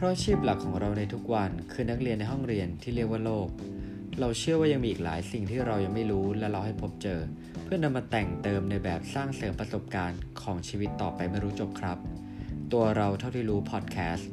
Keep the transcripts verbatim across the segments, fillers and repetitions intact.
ราะอาชีพหลักของเราในทุกวันคือนักเรียนในห้องเรียนที่เรียกว่าโลกเราเชื่อว่ายังมีอีกหลายสิ่งที่เรายังไม่รู้และเราให้พบเจอเพื่อนำมาแต่งเติมในแบบสร้างเสริมประสบการณ์ของชีวิตต่อไปไม่รู้จบครับตัวเราเท่าที่รู้พอดแคสต์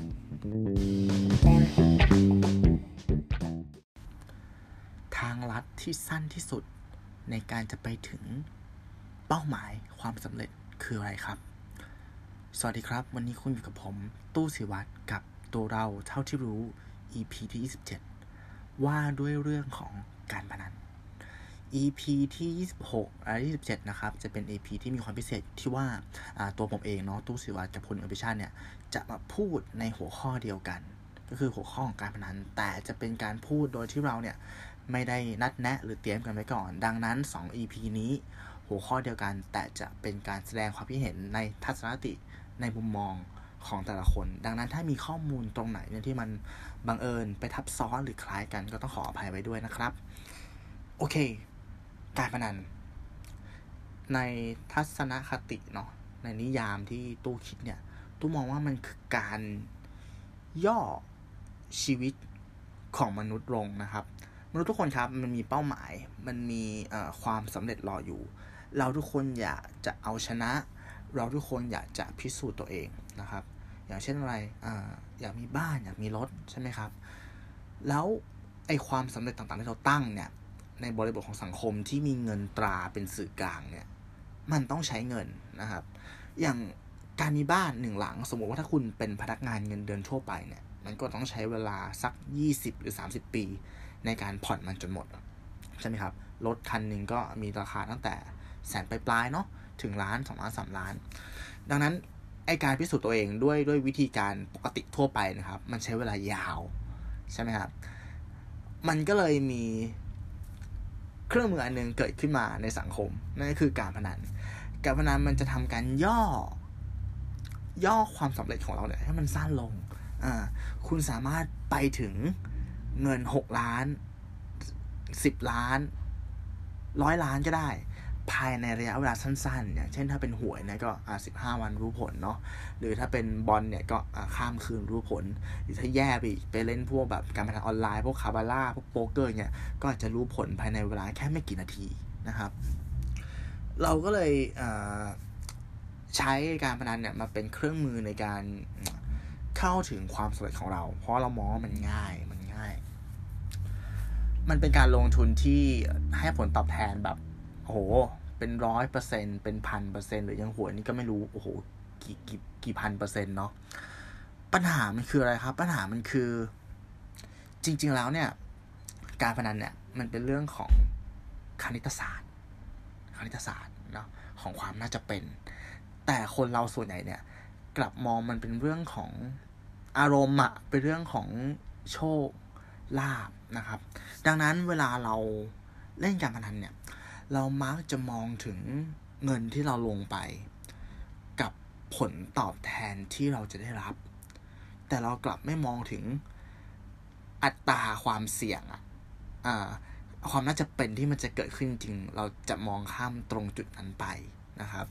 ทางลัดที่สั้นที่สุดในการจะไปถึงเป้าหมายความสำเร็จคืออะไรครับสวัสดีครับวันนี้คุณอยู่กับผมตู้ศิวัตรกับตัวเราเท่าที่รู้ อี พี ที่ยี่สิบเจ็ดว่าด้วยเรื่องของการพนัน อี พี ที่ยี่สิบหกและยี่สิบเจ็ดนะครับจะเป็น อี พี ที่มีความพิเศษที่ว่าตัวผมเองเนาะตู้ศิวัตรกับคุณอภิชาติเนี่ยจะมาพูดในหัวข้อเดียวกันก็คือหัวข้อของการพนันแต่จะเป็นการพูดโดยที่เราเนี่ยไม่ได้นัดแนะหรือเตรียมกันไว้ก่อนดังนั้นสอง อี พี นี้หัวข้อเดียวกันแต่จะเป็นการแสดงความคิดเห็นในทัศนคติในมุมมองของแต่ละคนดังนั้นถ้ามีข้อมูลตรงไหนเนี่ยที่มันบังเอิญไปทับซ้อนหรือคล้ายกันก็ต้องขออภัยไว้ด้วยนะครับโอเคการพนันในทัศนคติเนาะในนิยามที่ตู้คิดเนี่ยตู้มองว่ามันคือการย่อชีวิตของมนุษย์ลงนะครับมนุษย์ทุกคนครับมันมีเป้าหมายมันมีความสำเร็จรออยู่เราทุกคนอยากจะเอาชนะเราทุกคนอยากจะพิสูจน์ตัวเองนะครับอย่างเช่นอะไรอ่าอยากมีบ้านอยากมีรถใช่ไหมครับแล้วไอ้ความสำเร็จต่างๆที่เราตั้งเนี่ยในบริบทของสังคมที่มีเงินตราเป็นสื่อกลางเนี่ยมันต้องใช้เงินนะครับอย่างการมีบ้านหนึ่งหลังสมมติว่าถ้าคุณเป็นพนักงานเงินเดือนทั่วไปเนี่ยมันก็ต้องใช้เวลาสักยี่สิบหรือสามสิบปีในการผ่อนมันจนหมดใช่ไหมครับรถคันนึงก็มีราคาตั้งแต่แสนปลายๆเนาะถึงล้านสองล้านสามล้านดังนั้นไอการพิสูจน์ตัวเองด้วยด้วยวิธีการปกติทั่วไปนะครับมันใช้เวลายาวใช่ไหมครับมันก็เลยมีเครื่องมืออันนึงเกิดขึ้นมาในสังคมนั่นก็คือการพนันการพนันมันจะทำการย่อย่อความสำเร็จของเราเนี่ยให้มันสั้นลงอ่าคุณสามารถไปถึงเงินหกล้านสิบล้านร้อยล้านก็ได้ภายในระยะเวลาสั้นๆอย่างเช่นถ้าเป็นหวยเนี่ยก็อ่าสิบห้าวันรู้ผลเนาะหรือถ้าเป็นบอลเนี่ยก็อ่าข้ามคืนรู้ผลหรือถ้าแย่ไปอีกไปเล่นพวกแบบการพนันออนไลน์พวกคาบาร่าพวกโป๊กเกอร์เนี่ยก็อาจจะรู้ผลภายในเวลาแค่ไม่กี่นาทีนะครับเราก็เลยอ่าใช้การพนันเนี่ยมาเป็นเครื่องมือในการเข้าถึงความสำเร็จของเราเพราะเรามองว่ามันง่ายมันง่ายมันเป็นการลงทุนที่ให้ผลตอบแทนแบบโอ้โหเป็นร้อยเปอร์เซ็นต์เป็นพันเปอร์เซ็นต์หรือยังหวยนี่ก็ไม่รู้โอ้โหกี่กี่กี่พันเปอร์เซ็นต์เนาะปัญหามันคืออะไรครับปัญหามันคือจริงๆแล้วเนี่ยการพนันเนี่ยมันเป็นเรื่องของคณิตศาสตร์คณิตศาสตร์เนาะของความน่าจะเป็นแต่คนเราส่วนใหญ่เนี่ยกลับมองมันเป็นเรื่องของอารมณ์อะเป็นเรื่องของโชคลาภนะครับดังนั้นเวลาเราเล่นการพนันเนี่ยเรามักจะมองถึงเงินที่เราลงไปกับผลตอบแทนที่เราจะได้รับแต่เรากลับไม่มองถึงอัตราความเสี่ยงอะอ่าความน่าจะเป็นที่มันจะเกิดขึ้นจริงเราจะมองข้ามตรงจุดนั้นไปนะครับ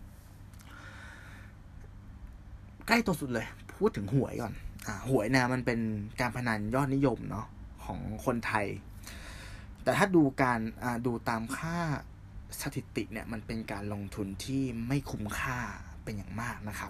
ใกล้ตัวสุดเลยพูดถึงหวยก่อนอ่าหวยนะมันเป็นการพนันยอดนิยมเนาะของคนไทยแต่ถ้าดูการอ่าดูตามค่าสถิติเนี่ยมันเป็นการลงทุนที่ไม่คุ้มค่าเป็นอย่างมากนะครับ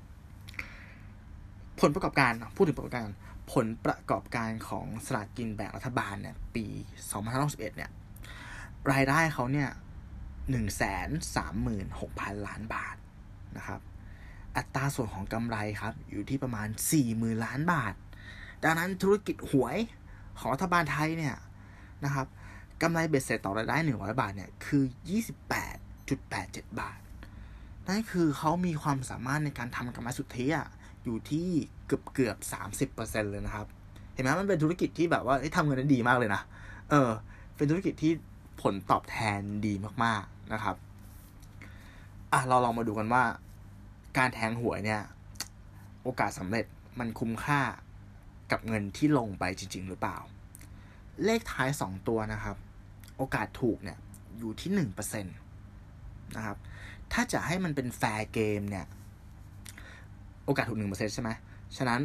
ผลประกอบการพูดถึงผลประกอบการผลประกอบการของสลากกินแบ่งรัฐบาลเนี่ยปีสองพันห้าร้อยหกสิบเอ็ดเนี่ยรายได้เขาเนี่ย หนึ่งแสนสามหมื่นหกพัน ล้านบาทนะครับอัตราส่วนของกำไรครับอยู่ที่ประมาณ สี่หมื่น ล้านบาทดังนั้นธุรกิจหวยของรัฐบาลไทยเนี่ยนะครับกำไรเบ็ดเสร็จต่อรายได้หนึ่งร้อยบาทเนี่ยคือ ยี่สิบแปดจุดแปดเจ็ด บาทนั่นคือเขามีความสามารถในการทำกำไรสุทธิอ่ะอยู่ที่เกือบเกือบ สามสิบเปอร์เซ็นต์ เลยนะครับเห็นไหมมันเป็นธุรกิจที่แบบว่าทำเงินได้ดีมากเลยนะเออเป็นธุรกิจที่ผลตอบแทนดีมากๆนะครับอ่ะเราลองมาดูกันว่าการแทงหวยเนี่ยโอกาสสำเร็จมันคุ้มค่ากับเงินที่ลงไปจริงๆหรือเปล่าเลขท้ายสองตัวนะครับโอกาสถูกเนี่ยอยู่ที่ หนึ่งเปอร์เซ็นต์ นะครับถ้าจะให้มันเป็นแฟร์เกมเนี่ยโอกาสถูก หนึ่งเปอร์เซ็นต์ ใช่ไหมฉะนั้น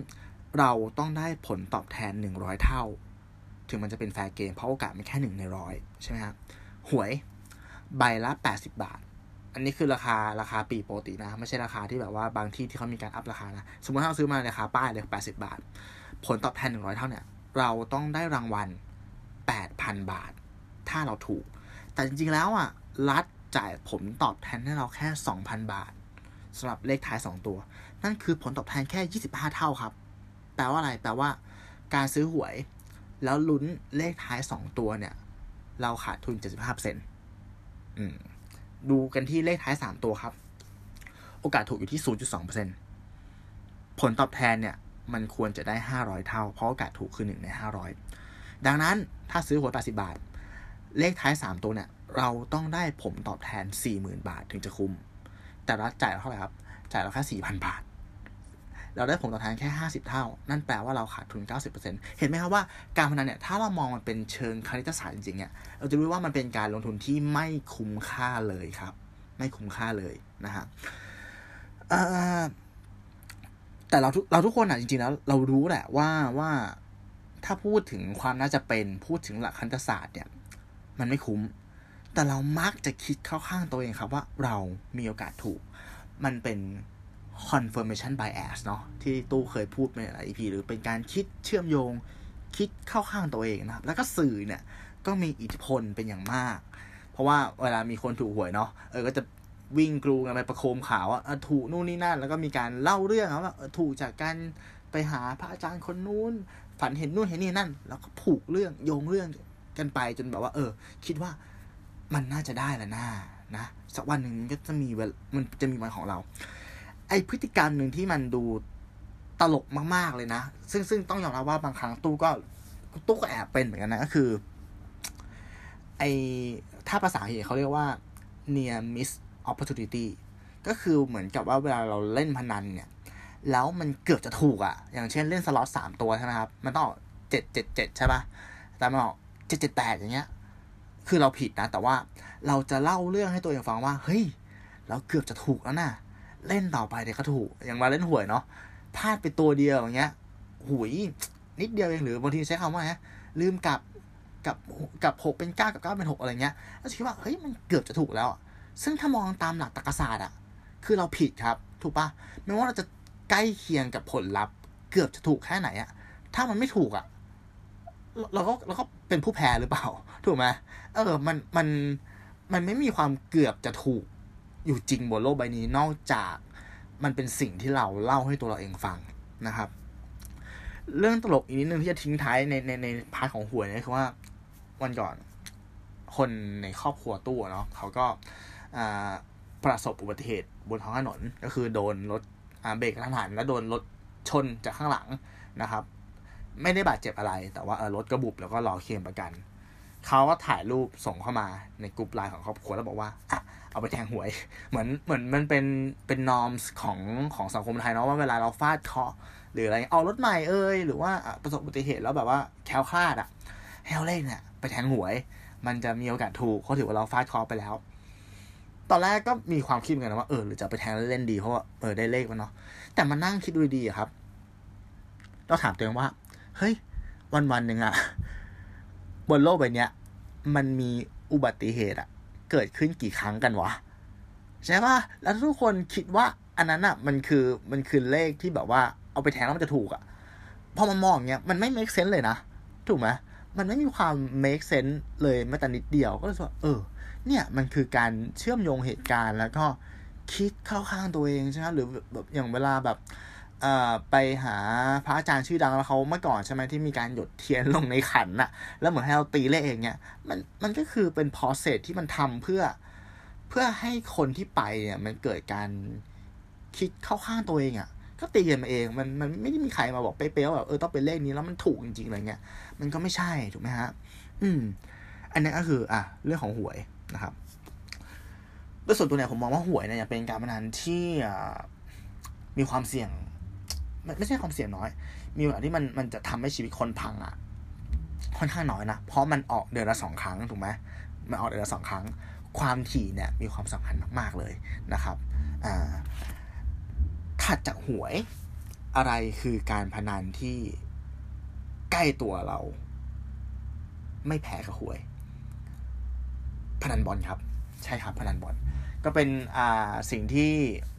เราต้องได้ผลตอบแทนหนึ่งร้อยเท่าถึงมันจะเป็นแฟร์เกมเพราะโอกาสมันแค่หนึ่งในร้อยใช่ไหมครับหวยใบละแปดสิบบาทอันนี้คือราคาราคาปีปกตินะไม่ใช่ราคาที่แบบว่าบางที่ที่เขามีการอัพราคานะสมมติถ้าเราซื้อมาราคาป้ายเลยแปดสิบบาทผลตอบแทนหนึ่งร้อยเท่าเนี่ยเราต้องได้รางวัล แปดพัน บาทถ้าเราถูกแต่จริงๆแล้วอ่ะรัฐจ่ายผลตอบแทนให้เราแค่ สองพัน บาทสำหรับเลขท้ายสองตัวนั่นคือผลตอบแทนแค่ยี่สิบห้าเท่าครับแปลว่าอะไรแปลว่าการซื้อหวยแล้วลุ้นเลขท้ายสองตัวเนี่ยเราขาดทุน เจ็ดสิบห้าเปอร์เซ็นต์ อืมดูกันที่เลขท้ายสามตัวครับโอกาสถูกอยู่ที่ ศูนย์จุดสองเปอร์เซ็นต์ ผลตอบแทนเนี่ยมันควรจะได้ห้าร้อยเท่าเพราะโอกาสถูกคือหนึ่งในห้าร้อยดังนั้นถ้าซื้อหวยแปดสิบบาทเลขท้ายสามตัวเนี่ยเราต้องได้ผลตอบแทน สี่หมื่น บาทถึงจะคุ้มแต่รัฐจ่ายเราเท่าไหร่ครับจ่ายเราแค่ สี่พัน บาทเราได้ผลตอบแทนแค่ห้าสิบเท่านั่นแปลว่าเราขาดทุน เก้าสิบเปอร์เซ็นต์ เห็นไหมครับว่าการพนันเนี่ยถ้าเรามองมันเป็นเชิงคณิตศาสตร์จริงๆเนี่ยเราจะรู้ว่ามันเป็นการลงทุนที่ไม่คุ้มค่าเลยครับไม่คุ้มค่าเลยนะฮะเอ่อแต่เราทุกเราทุกคนอ่ะจริงๆแล้วเรารู้แหละว่าว่าถ้าพูดถึงความน่าจะเป็นพูดถึงหลักคณิตศาสตร์เนี่ยมันไม่คุ้มแต่เรามักจะคิดเข้าข้างตัวเองครับว่าเรามีโอกาสถูกมันเป็น confirmation bias เนาะที่ตู้เคยพูดในหลาย อี พี หรือเป็นการคิดเชื่อมโยงคิดเข้าข้างตัวเองนะครับแล้วก็สื่อเนี่ยก็มีอิทธิพลเป็นอย่างมากเพราะว่าเวลามีคนถูกหวยเนาะเออก็จะวิ่งกรูกันไปประโคมข่าวว่าถูกนู่นนี่นั่นแล้วก็มีการเล่าเรื่องว่าถูกจากการไปหาพระอาจารย์คนนู้นฝันเห็นนู่นเห็นนี่นั่นแล้วก็ผูกเรื่องโยงเรื่องกันไปจนแบบว่าเออคิดว่ามันน่าจะได้ละน่านะสักวันหนึ่งมันก็จะมีมันจะมีวันของเราไอพฤติกรรมหนึ่งที่มันดูตลกมากๆเลยนะซึ่งซึ่งต้องยอมรับว่าบางครั้งตู้ก็ตู้ก็แอบเป็นเหมือนกันนะก็คือไอถ้าภาษาอังกฤษเขาเรียกว่า near miss opportunity ก็คือเหมือนกับว่าเวลาเราเล่นพนันเนี่ยแล้วมันเกือบจะถูกอ่ะอย่างเช่นเล่นสล็อตสามตัวใช่ไหมครับมันต้องเจ็ด เจ็ด เจ็ดใช่ป่ะแต่มันออกเจ็ด เจ็ด แปดอย่างเงี้ยคือเราผิดนะแต่ว่าเราจะเล่าเรื่องให้ตัวเองฟังว่าเฮ้ยเราเกือบจะถูกแล้วนะเล่นต่อไปเดี๋ยวก็ถูกอย่างมาเล่นหวยเนาะพลาดไปตัวเดียวอย่างเงี้ยหุยนิดเดียวเองหรือบางทีใช้คำว่าไงลืมกลับกับกับหกเป็นเก้ากับเก้าเป็นหกอะไรเงี้ยแล้วคิดว่าเฮ้ยมันเกือบจะถูกแล้วซึ่งถ้ามองตามหลักตรรกศาสตร์อ่ะคือเราผิดครับถูกปะไม่ว่าเราจะใกล้เคียงกับผลลัพธ์เกือบจะถูกแค่ไหนอ่ะถ้ามันไม่ถูกอ่ะเราก็เราก็เป็นผู้แพ้หรือเปล่าถูกไหมเออมันมันมันไม่มีความเกือบจะถูกอยู่จริงบนโลกใบนี้นอกจากมันเป็นสิ่งที่เราเล่าให้ตัวเราเองฟังนะครับเรื่องตลกอีกนิดนึงที่จะทิ้งท้ายในในในพาร์ทของหวยเนี่ยคือว่าวันก่อนคนในครอบครัวตู้เนาะเขาก็ประสบอุบัติเหตุบนท้องถนนก็คือโดนรถเบรกกระทันหันแล้วโดนรถชนจากข้างหลังนะครับไม่ได้บาดเจ็บอะไรแต่ว่ารถก็บุบแล้วก็รอเคลมประกันเขาก็ถ่ายรูปส่งเข้ามาในกลุ่มไลน์ของครอบครัวแล้วบอกว่าอ่ะเอาไปแทงหวยเหมือนเหมือนมันเป็นเป็นนอร์มของของสังคมไทยเนาะว่าเวลาเราฟาดเคราะห์หรืออะไรเอารถใหม่เอ่ยหรือว่าประสบอุบัติเหตุแล้วแบบว่าแคล้วคลาดอ่ะให้เอาเลขเนี่ยไปแทงหวยมันจะมีโอกาสถูกเขาถือว่าเราฟาดเคราะห์ไปแล้วตอนแรกก็มีความคิดเหมือนกันนะว่าเออหรือจะไปแทงเล่นดีเพราะว่าเออได้เลขมันเนาะแต่มานั่งคิดดูดีๆครับเราถามตัวเองว่าเฮ้ยวันวันหนึ่งอะบนโลกใบนี้มันมีอุบัติเหตุอะเกิดขึ้นกี่ครั้งกันวะใช่ป่ะแล้วทุกคนคิดว่าอันนั้นอะมันคือมันคือเลขที่แบบว่าเอาไปแทงแล้วมันจะถูกอะพอมามองเงี้ยมันไม่ make sense เลยนะถูกไหมมันไม่มีความ make sense เลยแม้แต่นิดเดียวก็เลยว่าเออเนี่ยมันคือการเชื่อมโยงเหตุการณ์แล้วก็คิดเข้าข้างตัวเองใช่ไหมหรือแบบอย่างเวลาแบบเอ่อไปหาพระอาจารย์ชื่อดังแล้วเขาเมื่อก่อนใช่ไหมที่มีการหยดเทียนลงในขันน่ะแล้วเหมือนให้เราตีเลขเองเนี่ยมันมันก็คือเป็น process ที่มันทำเพื่อเพื่อให้คนที่ไปเนี่ยมันเกิดการคิดเข้าข้างตัวเองอ่ะก็ตีกันมาเองมันมันไม่ได้มีใครมาบอกเป๊ะๆว่าแบบเออต้องเป็นเลขนี้แล้วมันถูกจริงๆอะไรเงี้ยมันก็ไม่ใช่ถูกไหมฮะอืมอันนี้ก็คืออ่ะเรื่องของหวยนะครับโดยส่วนตัวเนี่ยผมมองว่าหวยเนี่ยเป็นการพนันที่มีความเสี่ยงไม่ใช่ความเสี่ยงน้อยมีแบบที่มันมันจะทำให้ชีวิตคนพังอ่ะค่อนข้างน้อยนะเพราะมันออกเดือนละสองครั้งถูกไหมมันออกเดือนละสองครั้งความถี่เนี่ยมีความสำคัญมากๆเลยนะครับอ่าถัดจากหวยอะไรคือการพนันที่ใกล้ตัวเราไม่แพ้กับหวยพนันบอลครับใช่ครับพนันบอลก็เป็นอ่าสิ่งที่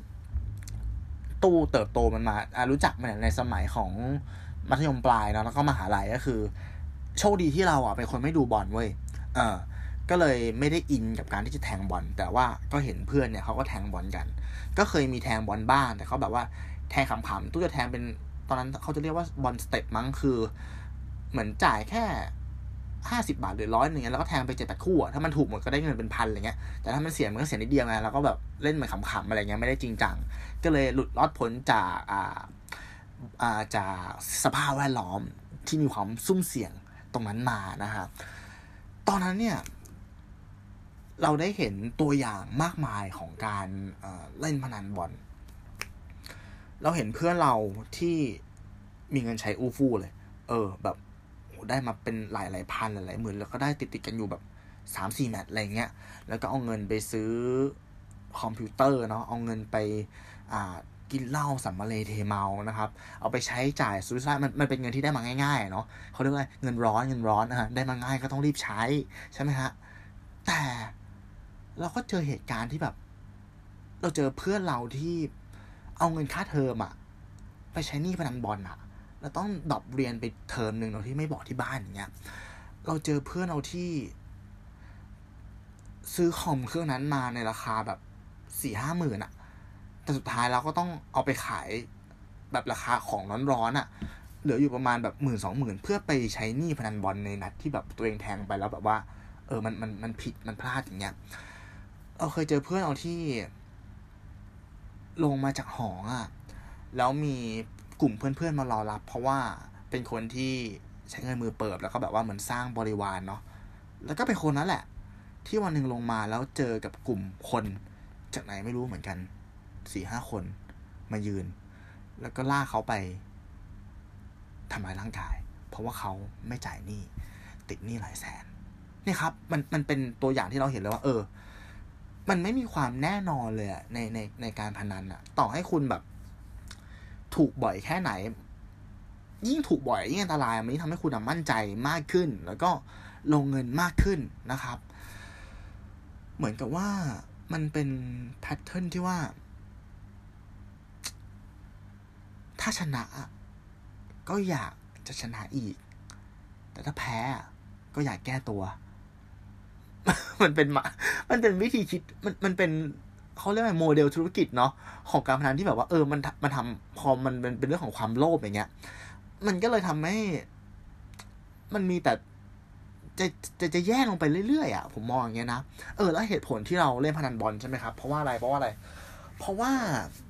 ตู้เติบโตมันมาอ่ารู้จักมันในสมัยของมัธยมปลายเนาะแล้วก็มหาลัยก็คือโชคดีที่เราอ่ะเป็นคนไม่ดูบอลเว้ยเออก็เลยไม่ได้อินกับการที่จะแทงบอลแต่ว่าก็เห็นเพื่อนเนี่ยเขาก็แทงบอลกันก็เคยมีแทงบอลบ้างแต่เขาแบบว่าแทงขำๆตู้จะแทงเป็นตอนนั้นเขาจะเรียกว่าบอลสเต็ปมั้งคือเหมือนจ่ายแค่ห้าสิบบาทหรือร้อยนึงแล้วก็แทงไปเจ็ดแปดคู่อ่ะถ้ามันถูกหมดก็ได้เงินเป็นพันอะไรเงี้ยแต่ถ้ามันเสียมันก็เสียนิดเดียวไงแล้วก็แบบเล่นเหมือนขำๆอะไรเงี้ยไม่ได้จริงจังก็เลยหลุดรอดพ้นจากอ่าอ่าจากสภาพแวดล้อมที่มีความซุ่มเสี่ยงตรงนั้นมานะฮะตอนนั้นเนี่ยเราได้เห็นตัวอย่างมากมายของการเอ่อเล่นพนันบอลเราเห็นเพื่อนเราที่มีเงินใช้อู้ฟู่เลยเออแบบได้มาเป็นหลายหลายพันหลายหลายหมื่นแล้วก็ได้ติดติดกันอยู่แบบ สามสี่ แมตช์อะไรเงี้ยแล้วก็เอาเงินไปซื้อคอมพิวเตอร์เนาะเอาเงินไปอ่ากินเหล้าสัมมาเลเทเมานะครับเอาไปใช้จ่ายซื้อซ่ามันมันเป็นเงินที่ได้มาง่ายๆเนาะเขาเรียกว่าเงินร้อนเงินร้อนนะฮะได้มาง่ายก็ต้องรีบใช้ใช่ไหมฮะแต่เราก็เจอเหตุการณ์ที่แบบเราเจอเพื่อนเราที่เอาเงินค่าเทอมอะไปใช้หนี้พนันบอลอะแล้วต้องดรอปเรียนไปเทอมนึงโดยที่ไม่บอกที่บ้านอย่างเงี้ยเราเจอเพื่อนเราที่ซื้อคอมเครื่องนั้นมาในราคาแบบ สี่ห้า หมื่นอะแต่สุดท้ายเราก็ต้องเอาไปขายแบบราคาของร้อนๆอะเหลืออยู่ประมาณแบบ หนึ่งหมื่น สองหมื่น เพื่อไปใช้หนี้พนันบอลในนัดที่แบบตัวเองแทงไปแล้วแบบว่าเออมันมันมันผิดมันพลาดอย่างเงี้ยเราเคยเจอเพื่อนเราที่ลงมาจากหออ่ะแล้วมีกลุ่มเพื่อนๆมารอรับเพราะว่าเป็นคนที่ใช้เงินมือเปิบแล้วก็แบบว่าเหมือนสร้างบริวารเนาะแล้วก็เป็นคนนั้นแหละที่วันนึงลงมาแล้วเจอกับกลุ่มคนจากไหนไม่รู้เหมือนกัน สี่ห้า คนมายืนแล้วก็ลากเขาไปทำร้ายร่างกายเพราะว่าเขาไม่จ่ายหนี้ติดหนี้หลายแสนนี่ครับมันมันเป็นตัวอย่างที่เราเห็นเลยว่าเออมันไม่มีความแน่นอนเลยอะในในในการพนันอะต่อให้คุณแบบถูกบ่อยแค่ไหนยิ่งถูกบ่อยยิ่งอันตรายมันยิ่งทำให้คุณมั่นใจมากขึ้นแล้วก็ลงเงินมากขึ้นนะครับเหมือนกับว่ามันเป็นแพทเทิร์นที่ว่าถ้าชนะก็อยากจะชนะอีกแต่ถ้าแพ้ก็อยากแก้ตัว มันเป็นมามันเป็นวิธีคิดมันมันเป็นเขาเรียกว่าโมเดลธุรกิจเนาะของการพนันที่แบบว่าเออมันมันทำพอมันเป็นเป็นเรื่องของความโลภอย่างเงี้ยมันก็เลยทำให้มันมีแต่จะจะจะแย่ลงไปเรื่อยๆอ่ะผมมองอย่างเงี้ยนะเออแล้วเหตุผลที่เราเล่นพนันบอลใช่ไหมครับเพราะว่าอะไรเพราะว่าอะไรเพราะว่า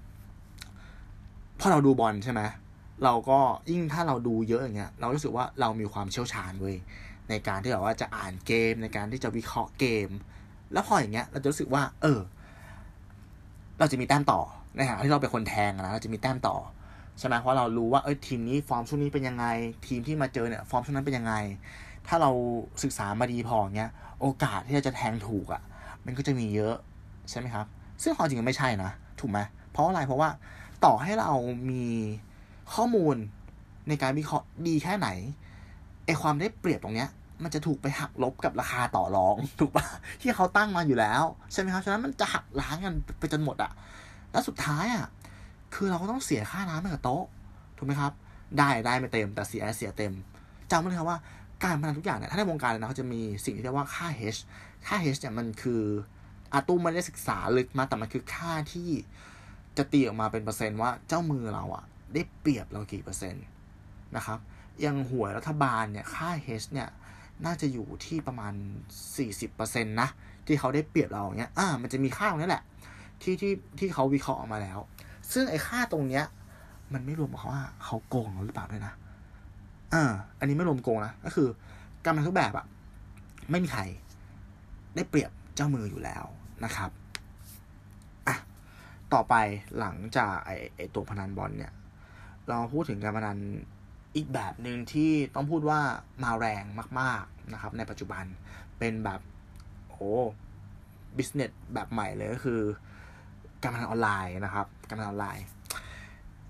พอเราดูบอลใช่ไหมเราก็ยิ่งถ้าเราดูเยอะอย่างเงี้ยเรารู้สึกว่าเรามีความเชี่ยวชาญเว้ยในการที่แบบว่าจะอ่านเกมในการที่จะวิเคราะห์เกมแล้วพออย่างเงี้ยเราจะรู้สึกว่าเออเราจะมีแต้มต่อในขณะที่เราเป็นคนแทงนะเราจะมีแต้มต่อใช่ไหมเพราะเรารู้ว่าเออทีมนี้ฟอร์มช่วงนี้เป็นยังไงทีมที่มาเจอเนี่ยฟอร์มช่วงนั้นเป็นยังไงถ้าเราศึกษามาดีพอเงี้ยโอกาสที่จะแทงถูกอ่ะมันก็จะมีเยอะใช่ไหมครับซึ่งความจริงมันไม่ใช่นะถูกไหมเพราะอะไรเพราะว่าต่อให้เรามีข้อมูลในการวิเคราะห์ดีแค่ไหนไอความได้เปรียบตรงเนี้ยมันจะถูกไปหักลบกับราคาต่อรองถูกปะที่เขาตั้งมาอยู่แล้วใช่ไหมครับฉะนั้นมันจะหักล้างกันไปจนหมดอ่ะแล้วสุดท้ายอ่ะคือเราก็ต้องเสียค่าน้ำให้กับโต๊ะถูกไหมครับได้ได้ไม่เต็มแต่เสียเสียเต็มจำไว้เลยครับว่าการพนันทุกอย่างเนี่ยถ้าในวงการเลยนะเขาจะมีสิ่งที่เรียกว่าค่า H ค่า H เนี่ยมันคืออาตุ้มไม่ได้ศึกษาลึกมาแต่มันคือค่าที่จะตีออกมาเป็นเปอร์เซ็นต์ว่าเจ้ามือเราอ่ะได้เปรียบเรากี่เปอร์เซ็นต์นะครับยังหวยรัฐบาลเนี่ยค่า H เนี่ยน่าจะอยู่ที่ประมาณ สี่สิบเปอร์เซ็นต์ นะที่เขาได้เปรียบเราอย่างเงี้ยอ่ามันจะมีค่าตรงนี้แหละที่ที่ที่เขาวิเคราะห์ออกมาแล้วซึ่งไอ้ค่าตรงเนี้ยมันไม่รวมกับว่าเขาโกงหรือเปล่าด้วยนะอ่าอันนี้ไม่รวมโกงนะก็คือการพนันทุกแบบอ่ะไม่มีใครได้เปรียบเจ้ามืออยู่แล้วนะครับอ่ะต่อไปหลังจากไอ้ไอ้ตัวพนันบอลเนี่ยเราพูดถึงการพนันอีกแบบนึงที่ต้องพูดว่ามาแรงมากๆนะครับในปัจจุบันเป็นแบบโอ้บิสเนสแบบใหม่เลยก็คือการพนันออนไลน์นะครับการพนันออนไลน์ไอ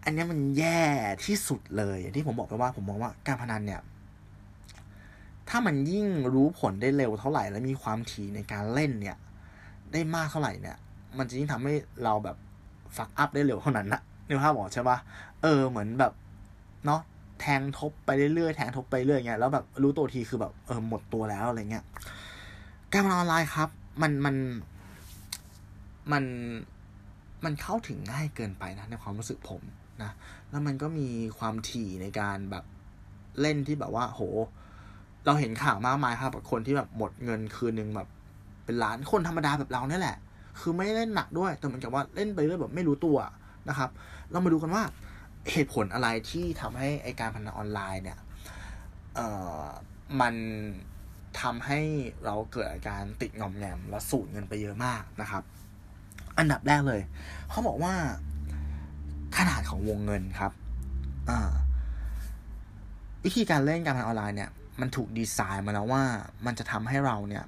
อันนี้มันแย่ที่สุดเลยอย่างที่ผมบอกไปว่าผมมองว่าการพนันเนี่ยถ้ามันยิ่งรู้ผลได้เร็วเท่าไหร่และมีความถี่ในการเล่นเนี่ยได้มากเท่าไหร่เนี่ยมันจะยิ่งทำให้เราแบบฟักอัพได้เร็วเท่านั้นนะนึกภาพออกใช่ปะเออเหมือนแบบเนาะแทงทบไปเรื่อยๆแทงทบไปเรื่อยเงี้ยแล้วแบบรู้ตัวทีคือแบบเออหมดตัวแล้วอะไรเงี้ยการพนันออนไลน์ครับมันมันมันมันเข้าถึงง่ายเกินไปนะในความรู้สึกผมนะแล้วมันก็มีความถี่ในการแบบเล่นที่แบบว่าโหเราเห็นข่าวมากมายครับกับคนที่แบบหมดเงินคืนนึงแบบเป็นล้านคนธรรมดาแบบเราเนี่ยแหละคือไม่เล่นหนักด้วยแต่เหมือนกับว่าเล่นไปเรื่อยแบบไม่รู้ตัวนะครับเรามาดูกันว่าเหตุผลอะไรที่ทำให้ไอการพนันออนไลน์เนี่ยเอ่อมันทำให้เราเกิดอาการติดงอมแงมและสูญเงินไปเยอะมากนะครับอันดับแรกเลยเขาบอกว่าขนาดของวงเงินครับอ่าวิธีการเล่นการพนันออนไลน์เนี่ยมันถูกดีไซน์มาแล้วว่ามันจะทำให้เราเนี่ย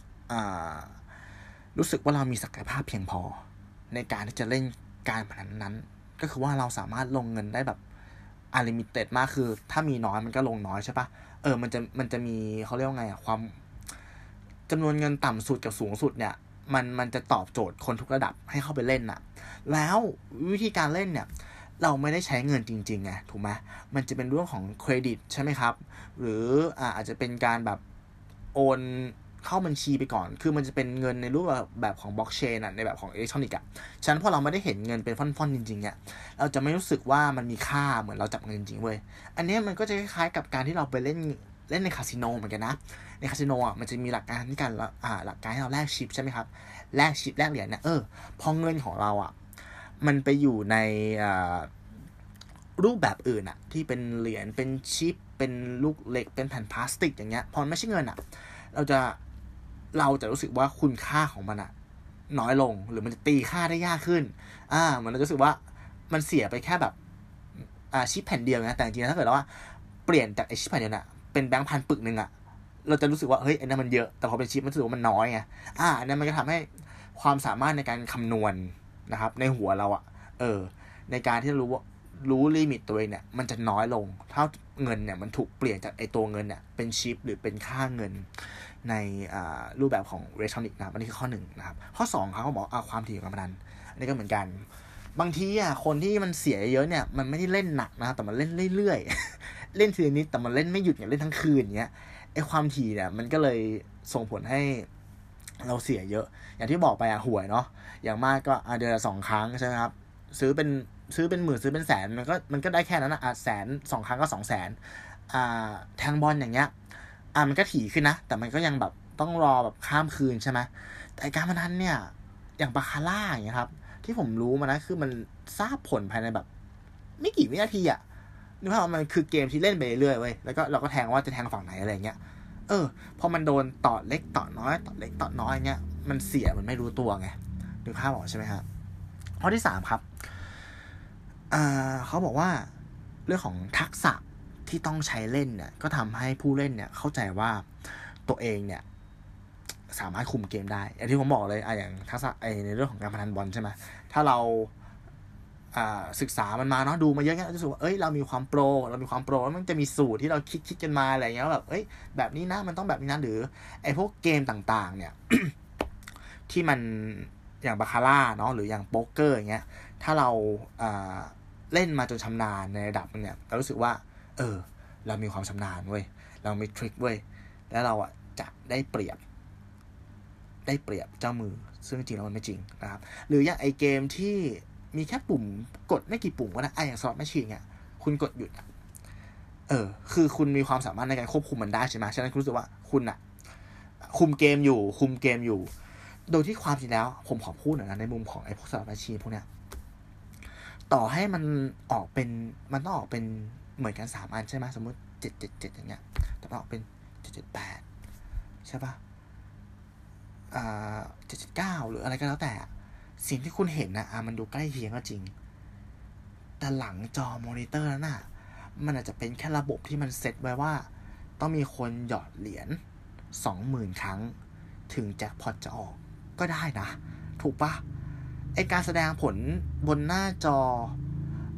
รู้สึกว่าเรามีศักยภาพเพียงพอในการที่จะเล่นการพนันนั้นก็คือว่าเราสามารถลงเงินได้แบบอลิมิเต็ดมากคือถ้ามีน้อยมันก็ลงน้อยใช่ปะเออมันจะมันจะมีเขาเรียกว่าไงอะความจำนวนเงินต่ำสุดกับสูงสุดเนี่ยมันมันจะตอบโจทย์คนทุกระดับให้เข้าไปเล่นน่ะแล้ววิธีการเล่นเนี่ยเราไม่ได้ใช้เงินจริงๆไงถูกไหมมันจะเป็นเรื่องของเครดิตใช่ไหมครับหรืออ่าอาจจะเป็นการแบบโอนเข้าบัญชีไปก่อนคือมันจะเป็นเงินในรูปแบบของบล็อกเชนอ่ะในแบบของอิเล็กทรอนิกส์อ่ะฉะนั้นพอเราไม่ได้เห็นเงินเป็นฟ่อนๆจริงๆเนี่ยเราจะไม่รู้สึกว่ามันมีค่าเหมือนเราจับเงินจริงเว้ยอันนี้มันก็จะคล้ายๆกับการที่เราไปเล่นเล่นในคาสิโนเหมือนกันนะในคาสิโนอ่ะมันจะมีหลักการที่การอ่าหลักการให้เราแลกชิปใช่ไหมครับแลกชิปแลกเหรียญเนี่ยเออพอเงินของเราอ่ะมันไปอยู่ในอ่ารูปแบบอื่นอ่ะที่เป็นเหรียญเป็นชิปเป็นลูกเหล็กเป็นแผ่นพลาสติกอย่างเงี้ยพอไม่ใช่เงินอ่ะเราจะเราจะรู้สึกว่าคุณค่าของมันอ่ะน้อยลงหรือมันจะตีค่าได้ยากขึ้นอ่าเหมือนเราจะรู้สึกว่ามันเสียไปแค่แบบอ่าชิปแผ่นเดียวนะแต่จริงๆถ้าเกิดว่าเปลี่ยนจากไอชิปแผ่นเดียวน่ะเป็นแบงค์พันปึกนึงอ่ะเราจะรู้สึกว่าเฮ้ยอันนั้นมันเยอะแต่พอเป็นชิปมันรู้สึกว่ามันน้อยไงอ่าอันนั้นมันก็ทำให้ความสามารถในการคำนวณนะครับในหัวเราอ่ะเออในการที่รู้ว่ารู้ลิมิตตัวเองเนี่ยมันจะน้อยลงถ้าเงินเนี่ยมันถูกเปลี่ยนจากไอตัวเงินเนี่ยเป็นชิปหรือเป็นค่าเงินในรูปแบบของอิเล็กทรอนิกส์นะครับอันนี้คือข้อหนึ่งนะครับข้อสองเขาบอกเอาความถี่ของการพนันอันนี้ก็เหมือนกันบางทีอ่ะคนที่มันเสียเยอะเนี่ยมันไม่ได้เล่นหนักนะแต่มันเล่นเรื่อยๆเล่นทีละนิดแต่มันเล่นไม่หยุดอย่างเล่นทั้งคืนอย่างเงี้ยไอความถี่เนี่ยมันก็เลยส่งผลให้เราเสียเยอะอย่างที่บอกไปอ่ะหวยเนาะอย่างมากก็เดือนละสองครั้งใช่ไหมครับซื้อเป็นซื้อเป็นหมื่นซื้อเป็นแสนมันก็มันก็ได้แค่นั้นนะอ่ะแสนสองครั้งก็สองแสนอ่าแทงบอลอย่างเงี้ยอ่ะมันก็ถี่ขึ้นนะแต่มันก็ยังแบบต้องรอแบบข้ามคืนใช่ไหมแต่การพนันเนี่ยอย่างบาคาร่าอย่างเงี้ยครับที่ผมรู้มานะคือมันทราบผลภายในแบบไม่กี่วินาทีอ่ะนึกว่ามันคือเกมที่เล่นไปเรื่อยๆเว้ยแล้วก็เราก็แทงว่าจะแทงฝั่งไหนอะไรเงี้ยเออพอมันโดนต่อเล็กต่อน้อยต่อเล็กต่อน้อยเงี้ยมันเสียมันไม่รู้ตัวไงนึกภาพออกใช่ไหมครับข้อที่สามครับอ่าเขาบอกว่าเรื่องของทักษะที่ต้องใช้เล่นเนี่ยก็ทำให้ผู้เล่นเนี่ยเข้าใจว่าตัวเองเนี่ยสามารถคุมเกมได้อย่างที่ผมบอกเลยอ่ะอย่างทักษะไอในเรื่องของการพนันบอลใช่ไหมถ้าเราอ่าศึกษามันมาเนาะดูมาเยอะแยะจะรู้สึกว่าเอ้ยเรามีความโปรเรามีความโปรแล้วมันจะมีสูตรที่เราคิดคิดกันมาอะไรเงี้ยแบบเอ้ยแบบนี้นะมันต้องแบบนี้นะหรือไอพวกเกมต่างๆเนี่ย ที่มันอย่างบาคาร่าเนาะหรืออย่างโป๊กเกอร์อย่างเงี้ยถ้าเราอ่าเล่นมาจนชำนาญในระดับนึงเนี่ยเรารู้สึกว่าเออเรามีความชำนาญเว้ยเรามีทริคเว้ยแล้วเราอ่ะจะได้เปรียบได้เปรียบเจ้ามือซึ่งจริงแล้วมันไม่จริงนะครับหรืออย่างไอเกมที่มีแค่ปุ่มกดไม่กี่ปุ่มก็ได้ไออย่างสล็อตแมชชีนเนี่ยคุณกดหยุดเออคือคุณมีความสามารถในการควบคุมมันได้ใช่ไหมฉะนั้นคุณรู้สึกว่าคุณอ่ะคุมเกมอยู่คุมเกมอยู่โดยที่ความจริงแล้วผมขอพูดหน่อยนะในมุมของไอ้พวกสล็อตแมชชีนพวกเนี้ยต่อให้มันออกเป็นมันต้องออกเป็นเหมือนกันสามอันใช่ไหมสมมติเจ็ดเจ็ดเจ็ดอย่างเงี้ยแต่มันออกเป็นเจ็ดเจ็ดแปดใช่ปะอ่าเจ็ดเจ็ดเก้าหรืออะไรก็แล้วแต่สิ่งที่คุณเห็นนะอ่ะมันดูใกล้เคียงก็จริงแต่หลังจอมอนิเตอร์นั้นน่ะมันอาจจะเป็นแค่ระบบที่มันเซตไว้ว่าต้องมีคนหยอดเหรียญ สองหมื่น ครั้งถึงแจ็คพอตจะออกก็ได้นะถูกปะไอการแสดงผลบนหน้าจอ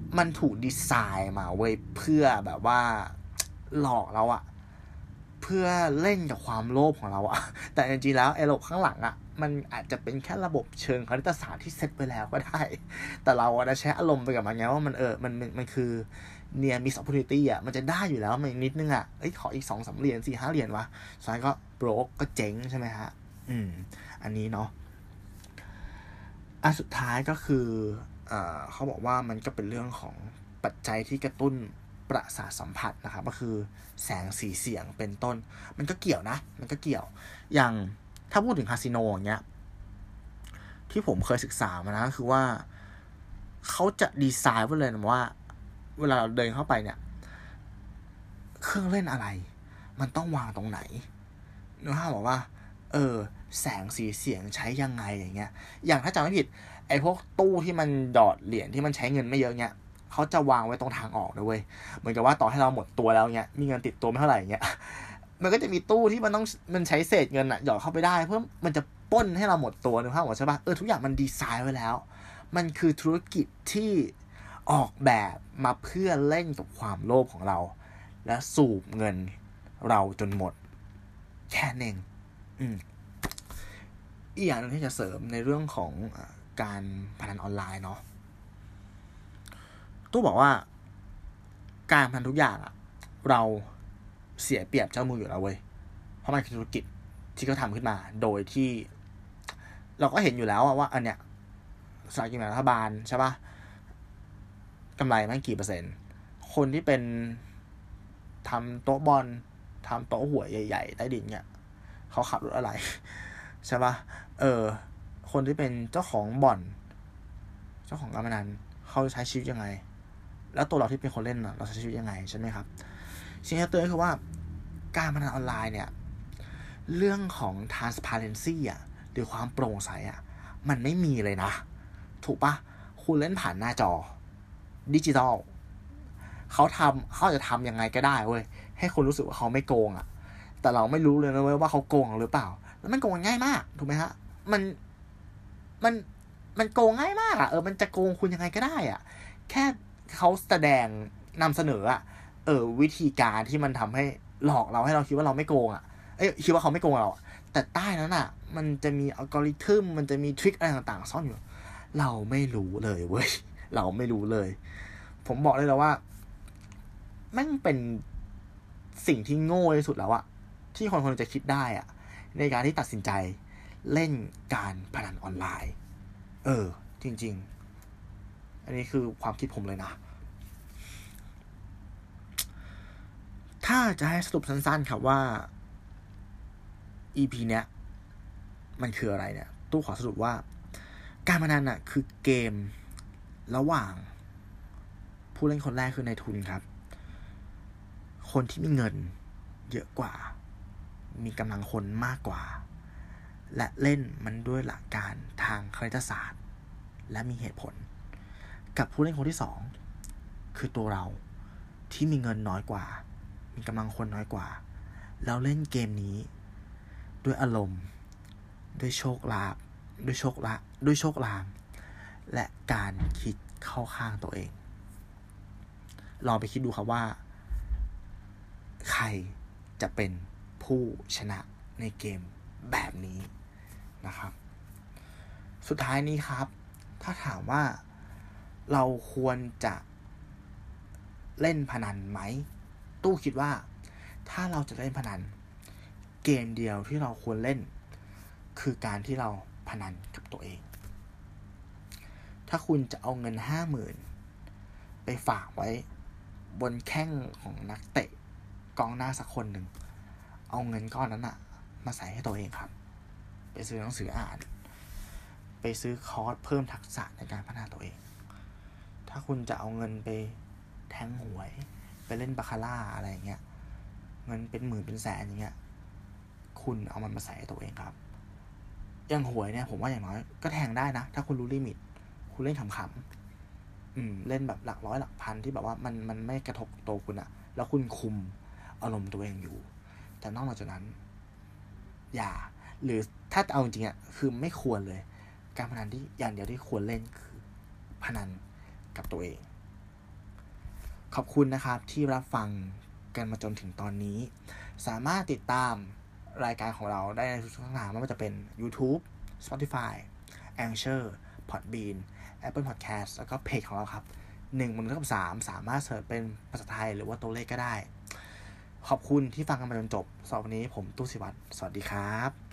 มันถูกดีไซน์มาเว้ยเพื่อแบบว่าหลอกเราอะเพื่อเล่นกับความโลภของเราอะแต่จริงๆแล้วไอ้ระบบข้างหลังอะมันอาจจะเป็นแค่ระบบเชิงคณิตศาสตร์ที่เซตไว้แล้วก็ได้แต่เราอะใช้อารมณ์ไปกับมันไงว่ามันเออมันมันมันคือเนี่ยมี opportunity อ่ะมันจะได้อยู่แล้วมันนิดนึงอ่ะเอ้ยขออีก สองสาม เหรียญ สี่ห้า เหรียญวะสุดท้ายก็ broke ก็เจ๊งใช่ไหมฮะอืมอันนี้เนาะอันสุดท้ายก็คือเอ่อเขาบอกว่ามันก็เป็นเรื่องของปัจจัยที่กระตุ้นประสาทสัมผัสนะครับก็คือแสงสีเสียงเป็นต้นมันก็เกี่ยวนะมันก็เกี่ยวอย่างถ้าพูดถึงคาสิโนอย่างเงี้ยที่ผมเคยศึกษามานะก็คือว่าเขาจะดีไซน์ไว้เลยนะว่าเวลาเราเดินเข้าไปเนี่ยเครื่องเล่นอะไรมันต้องวางตรงไหนนึกภาพบอกว่าเออแสงสีเสียงใช้ยังไงอย่างเงี้ยอย่างถ้าจำไม่ผิดไอ้พวกตู้ที่มันดอดเหรียญที่มันใช้เงินไม่เยอะเงี้ยเขาจะวางไว้ตรงทางออกด้วยเว้ยเหมือนกับว่าต่อให้เราหมดตัวแล้วเงี้ยมีเงินติดตัวไม่เท่าไหร่เงี้ยมันก็จะมีตู้ที่มันต้องมันใช้เศษเงินอะหยอดเข้าไปได้เพื่อมันจะปล้นให้เราหมดตัวนึกภาพออกใช่ป่ะเออทุกอย่างมันดีไซน์ไว้แล้วมันคือธุรกิจที่ออกแบบมาเพื่อเล่นกับความโลภของเราและสูบเงินเราจนหมดแค่นั้นเองอืมอีกอย่างนึงที่จะเสริมในเรื่องของการพนันออนไลน์เนาะตู้บอกว่าการพนันทุกอย่างอะเราเสียเปรียบเจ้ามืออยู่แล้วเว้ยเพราะมันคือธุรกิจที่เขาทำขึ้นมาโดยที่เราก็เห็นอยู่แล้วว่าอันเนี้ยสลากกินแบ่งรัฐบาลใช่ป่ะกำไรมันกี่เปอร์เซ็นต์คนที่เป็นทำโต๊ะบอลทำโต๊ะหวยใหญ่ๆใต้ดินเนี่ยเขาขับรถอะไรใช่ป่ะเออคนที่เป็นเจ้าของบ่อนเจ้าของการพนันเขาใช้ชีวิตยังไงแล้วตัวเราที่เป็นคนเล่นเราใช้ชีวิตยังไงใช่ไหมครับสิ่งที่เตือนคือว่าการพนันออนไลน์เนี่ยเรื่องของ transparency อ่ะหรือความโปร่งใสอ่ะมันไม่มีเลยนะถูกปะคุณเล่นผ่านหน้าจอดิจิตอลเขาทำเขาจะทำยังไงก็ได้เว้ยให้คนรู้สึกว่าเขาไม่โกงอ่ะแต่เราไม่รู้เลยนะเว้ยว่าเขาโกงหรือเปล่าแล้วมันโกงง่ายมากถูกไหมฮะมันมันมันโกงง่ายมากอ่ะเออมันจะโกงคุณยังไงก็ได้อ่ะแค่เขาแสดงนำเสนออ่ะเออวิธีการที่มันทำให้หลอกเราให้เราคิดว่าเราไม่โกงอ่ะเอ้ยคิดว่าเขาไม่โกงเราแต่ใต้นั้นอ่ะมันจะมีอัลกอริทึมมันจะมีทริคอะไรต่างๆซ่อนอยู่เราไม่รู้เลยเว้ยเราไม่รู้เลยผมบอกเลยแล้วว่าแม่งเป็นสิ่งที่โง่ที่สุดแล้วอะที่คนคนจะคิดได้อะในการที่ตัดสินใจเล่นการพนันออนไลน์เออจริงๆอันนี้คือความคิดผมเลยนะถ้าจะให้สรุปสั้นๆครับว่า อี พี เนี้ยมันคืออะไรเนี่ยตู้ขอสรุปว่าการพนันน่ะคือเกมระหว่างผู้เล่นคนแรกคือนายทุนครับคนที่มีเงินเยอะกว่ามีกำลังคนมากกว่าและเล่นมันด้วยหลักการทางคณิตศาสตร์และมีเหตุผลกับผู้เล่นคนที่สองคือตัวเราที่มีเงินน้อยกว่ามีกำลังคนน้อยกว่าแล้วเล่นเกมนี้ด้วยอารมณ์ด้วยโชคลาภด้วยโชคละด้วยโชคลางและการคิดเข้าข้างตัวเองลองไปคิดดูครับว่าใครจะเป็นผู้ชนะในเกมแบบนี้นะครับสุดท้ายนี้ครับถ้าถามว่าเราควรจะเล่นพนันไหมตู้คิดว่าถ้าเราจะเล่นพนันเกมเดียวที่เราควรเล่นคือการที่เราพนันกับตัวเองถ้าคุณจะเอาเงิน ห้าหมื่น ไปฝากไว้บนแข้งของนักเตะกองหน้าสักคนหนึ่งเอาเงินก้อนนั้นอะมาใส่ให้ตัวเองครับไปซื้อหนังสืออ่านไปซื้อคอร์สเพิ่มทักษะในการพัฒนาตัวเองถ้าคุณจะเอาเงินไปแทงหวยไปเล่นบาคาร่าอะไรอย่างเงี้ยเงินเป็นหมื่นเป็นแสนอย่างเงี้ยคุณเอามันมาใส่ให้ตัวเองครับอย่างหวยเนี่ยผมว่าอย่างน้อยก็แทงได้นะถ้าคุณรู้ลิมิตคุณเล่นขำๆอืมเล่นแบบหลักร้อยหลักพันที่แบบว่ามันมันไม่กระทบตัวคุณอะแล้วคุณคุมอารมณ์ตัวเองอยู่แต่นอกจากนั้นอย่าหรือถ้าเอาจริงๆอ่ะคือไม่ควรเลยการพนันที่อย่างเดียวที่ควรเล่นคือพนันกับตัวเองขอบคุณนะครับที่รับฟังกันมาจนถึงตอนนี้สามารถติดตามรายการของเราได้ในทุกช่องทางไม่ว่าจะเป็น YouTube Spotify Anchor Podbean Apple Podcast แล้วก็เพจของเราครับหนึ่งบวกหนึ่งเท่ากับสามสามารถเสิร์ชเป็นภาษาไทยหรือว่าตัวเลขก็ได้ขอบคุณที่ฟังกันมาจนจบสำหรับวันนี้ผมตู้ศิวัตรสวัสดีครับ